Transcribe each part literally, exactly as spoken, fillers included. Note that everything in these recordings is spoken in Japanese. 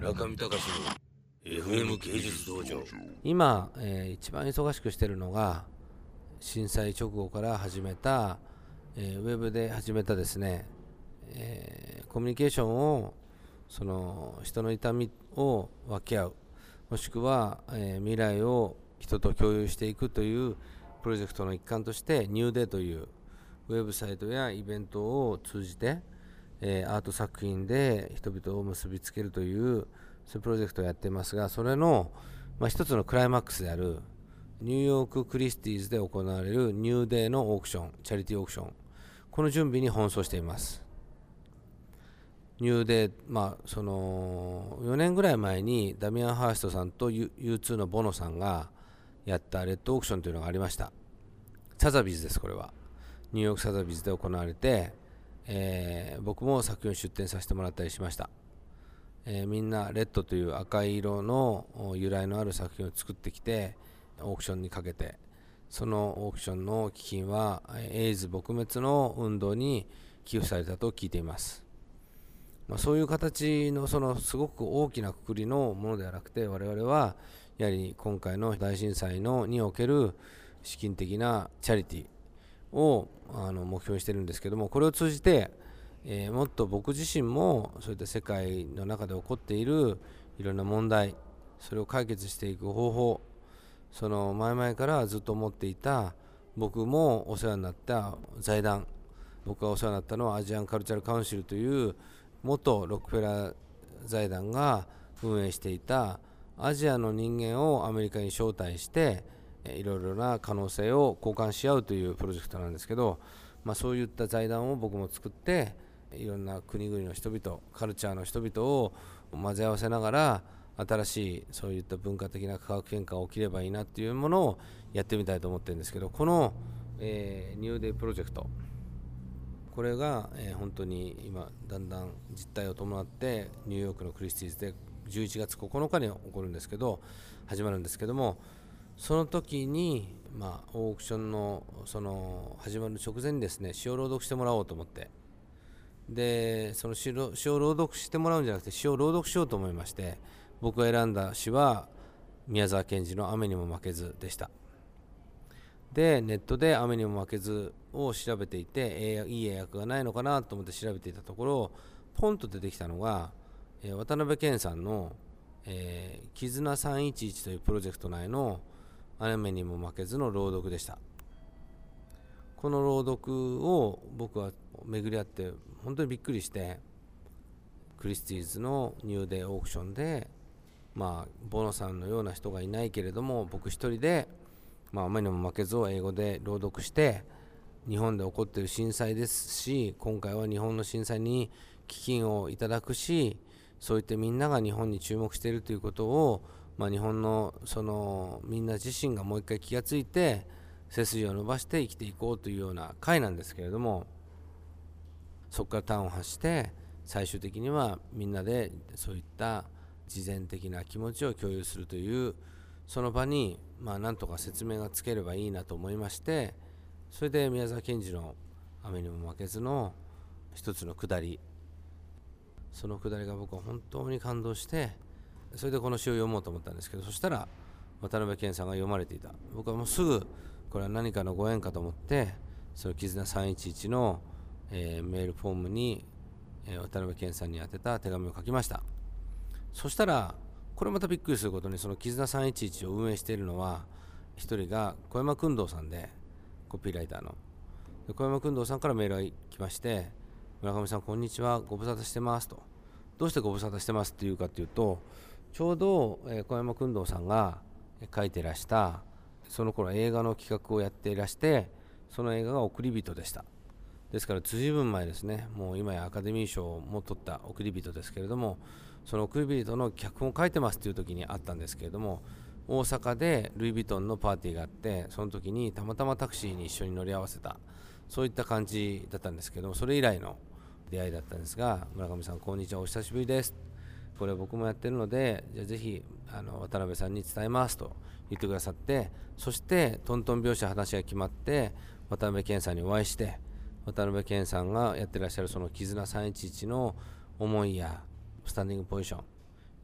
村上隆の エフエム 芸術道場。 今、えー一番忙しくしているのが震災直後から始めた、えーウェブで始めたですね、えーコミュニケーションをその人の痛みを分け合う、もしくは、えー未来を人と共有していくというプロジェクトの一環としてニューデーというウェブサイトやイベントを通じて、えーアート作品で人々を結びつけるというそういうプロジェクトをやっていますが、それの、まあ、一つのクライマックスであるニューヨーククリスティーズで行われるニューデーのオークション、チャリティーオークション、この準備に奔走しています。ニューデー、まあ、そのよねんぐらい前にダミアン・ハーストさんと ユーツー のボノさんがやったレッドオークションというのがありました。サザビーズです。これはニューヨークサザビーズで行われて、えー僕も作品を出展させてもらったりしました。えーみんなレッドという赤い色の由来のある作品を作ってきてオークションにかけて、そのオークションの基金はエイズ撲滅の運動に寄付されたと聞いています。まあ、そういう形のそのすごく大きな括りのものではなくて、我々はやはり今回の大震災のにおける資金的なチャリティーをあの目標にしているんですけども、これを通じて、えーもっと僕自身もそういった世界の中で起こっているいろんな問題、それを解決していく方法、その前々からずっと思っていた、僕もお世話になった財団、僕がお世話になったのはアジアンカルチャルカウンシルという元ロックフェラー財団が運営していたアジアの人間をアメリカに招待していろいろな可能性を交換し合うというプロジェクトなんですけど、まあ、そういった財団を僕も作っていろんな国々の人々、カルチャーの人々を混ぜ合わせながら新しいそういった文化的な化学変化が起きればいいなっていうものをやってみたいと思ってるんですけど、この、えーニューデイプロジェクト、これが、えー本当に今だんだん実態を伴ってニューヨークのクリスティーズでじゅういちがつここのかに起こるんですけど、始まるんですけども、その時に、まあ、オークションのその始まる直前にですね、詩を朗読してもらおうと思って、でその詩を詩を朗読してもらうんじゃなくて詩を朗読しようと思いまして、僕が選んだ詩は宮沢賢治の雨にも負けずでした。でネットで雨にも負けずを調べていて、えーいい英訳がないのかなと思って調べていたところ、ポンと出てきたのが、えー渡辺謙さんの、えー、絆さんいちいちというプロジェクト内の雨にも負けずの朗読でした。この朗読を僕は巡り合って本当にびっくりして、クリスティーズのニューデーオークションで、まあボノさんのような人がいないけれども、僕一人で、まあ、雨にも負けずを英語で朗読して、日本で起こっている震災ですし、今回は日本の震災に基金をいただくし、そういってみんなが日本に注目しているということを、まあ、日本のそのみんな自身がもう一回気がついて背筋を伸ばして生きていこうというような会なんですけれども、そこから端を発して最終的にはみんなでそういった慈善的な気持ちを共有するというその場に、まあなんとか説明がつければいいなと思いまして、それで宮沢賢治の雨にも負けずの一つのくだり、そのくだりが僕は本当に感動して、それでこの詩を読もうと思ったんですけど、そしたら渡辺謙さんが読まれていた。僕はもうすぐこれは何かのご縁かと思って、その絆さんいちいちの、えーメールフォームに、えー渡辺謙さんに宛てた手紙を書きました。そしたらこれまたびっくりすることに、その絆さんいちいちを運営しているのは一人が小山君堂さんで、コピーライターので小山君堂さんからメールが来まして、村上さんこんにちは、ご無沙汰してますと。どうしてご無沙汰してますっていうかというと、ちょうど、えー小山君堂さんが書いてらしたその頃映画の企画をやっていらして、その映画が送り人でした。ですから随分前ですね、もう今やアカデミー賞も取った送り人ですけれども、その送り人の脚本を書いてますという時にあったんですけれども、大阪でルイ・ヴィトンのパーティーがあって、その時にたまたまタクシーに一緒に乗り合わせた、そういった感じだったんですけども、それ以来の出会いだったんですが、村上さんこんにちは、お久しぶりです、これ僕もやってるので、じゃあぜひあの渡辺さんに伝えますと言ってくださって、そしてトントン拍子話が決まって渡辺謙さんにお会いして、渡辺謙さんがやってらっしゃるその絆さんいちいちの思いやスタンディングポジション、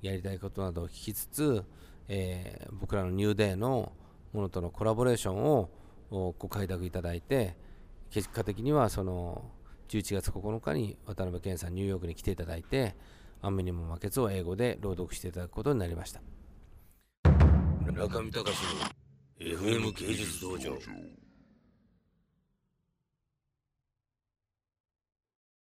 やりたいことなどを聞きつつ、えー僕らのニューデイのものとのコラボレーションをご開拓いただいて、結果的にはそのじゅういちがつここのかに渡辺謙さんニューヨークに来ていただいて、雨にも負けずを英語で朗読していただくことになりました。 中見隆の エフエム 芸術道場。